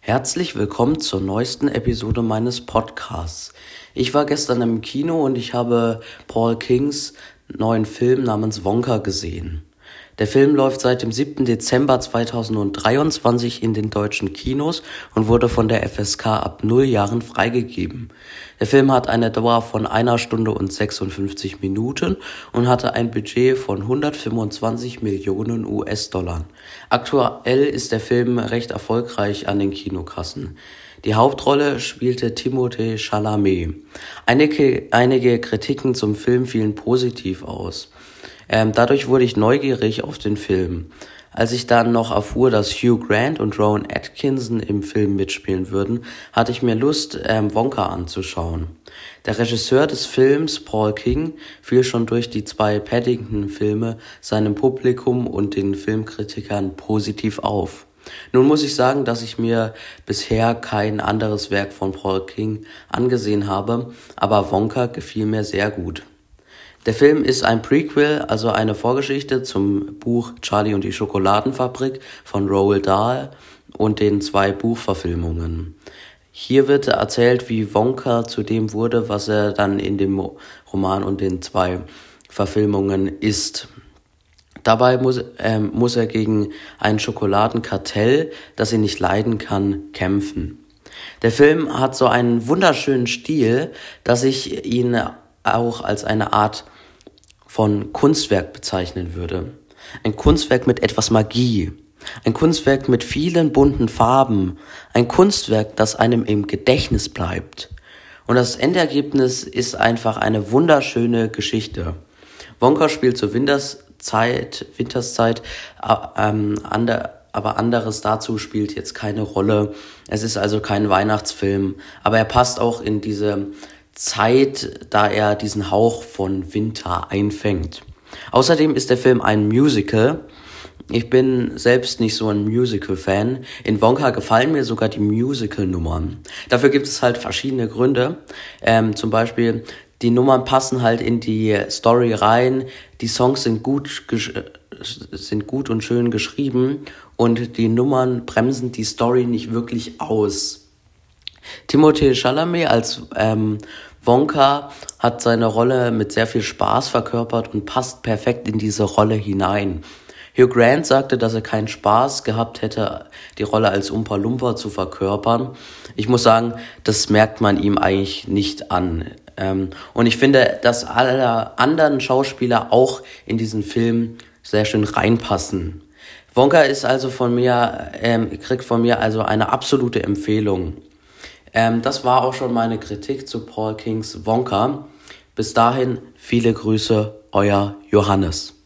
Herzlich willkommen zur neuesten Episode meines Podcasts. Ich war gestern im Kino und ich habe Paul Kings neuen Film namens Wonka gesehen. Der Film läuft seit dem 7. Dezember 2023 in den deutschen Kinos und wurde von der FSK ab 0 Jahren freigegeben. Der Film hat eine Dauer von 1 Stunde und 56 Minuten und hatte ein Budget von 125 Millionen US-Dollar. Aktuell ist der Film recht erfolgreich an den Kinokassen. Die Hauptrolle spielte Timothée Chalamet. Einige Kritiken zum Film fielen positiv aus. Dadurch wurde ich neugierig auf den Film. Als ich dann noch erfuhr, dass Hugh Grant und Rowan Atkinson im Film mitspielen würden, hatte ich mir Lust, Wonka anzuschauen. Der Regisseur des Films, Paul King, fiel schon durch die 2 Paddington-Filme seinem Publikum und den Filmkritikern positiv auf. Nun muss ich sagen, dass ich mir bisher kein anderes Werk von Paul King angesehen habe, aber Wonka gefiel mir sehr gut. Der Film ist ein Prequel, also eine Vorgeschichte zum Buch Charlie und die Schokoladenfabrik von Roald Dahl und den 2 Buchverfilmungen. Hier wird erzählt, wie Wonka zu dem wurde, was er dann in dem Roman und den 2 Verfilmungen ist. Dabei muss er gegen ein Schokoladenkartell, das ihn nicht leiden kann, kämpfen. Der Film hat so einen wunderschönen Stil, dass ich ihn auch als eine Art von Kunstwerk bezeichnen würde. Ein Kunstwerk mit etwas Magie. Ein Kunstwerk mit vielen bunten Farben. Ein Kunstwerk, das einem im Gedächtnis bleibt. Und das Endergebnis ist einfach eine wunderschöne Geschichte. Wonka spielt zur Winterszeit, aber anderes dazu spielt jetzt keine Rolle. Es ist also kein Weihnachtsfilm, aber er passt auch in diese Zeit, da er diesen Hauch von Winter einfängt. Außerdem ist der Film ein Musical. Ich bin selbst nicht so ein Musical-Fan. In Wonka gefallen mir sogar die Musical-Nummern. Dafür gibt es halt verschiedene Gründe. Zum Beispiel, die Nummern passen halt in die Story rein. Die Songs sind gut und schön geschrieben und die Nummern bremsen die Story nicht wirklich aus. Timothée Chalamet als Wonka hat seine Rolle mit sehr viel Spaß verkörpert und passt perfekt in diese Rolle hinein. Hugh Grant sagte, dass er keinen Spaß gehabt hätte, die Rolle als Oompa Loompa zu verkörpern. Ich muss sagen, das merkt man ihm eigentlich nicht an. Und ich finde, dass alle anderen Schauspieler auch in diesen Film sehr schön reinpassen. Wonka ist also kriegt von mir also eine absolute Empfehlung. Das war auch schon meine Kritik zu Paul Kings Wonka. Bis dahin, viele Grüße, euer Johannes.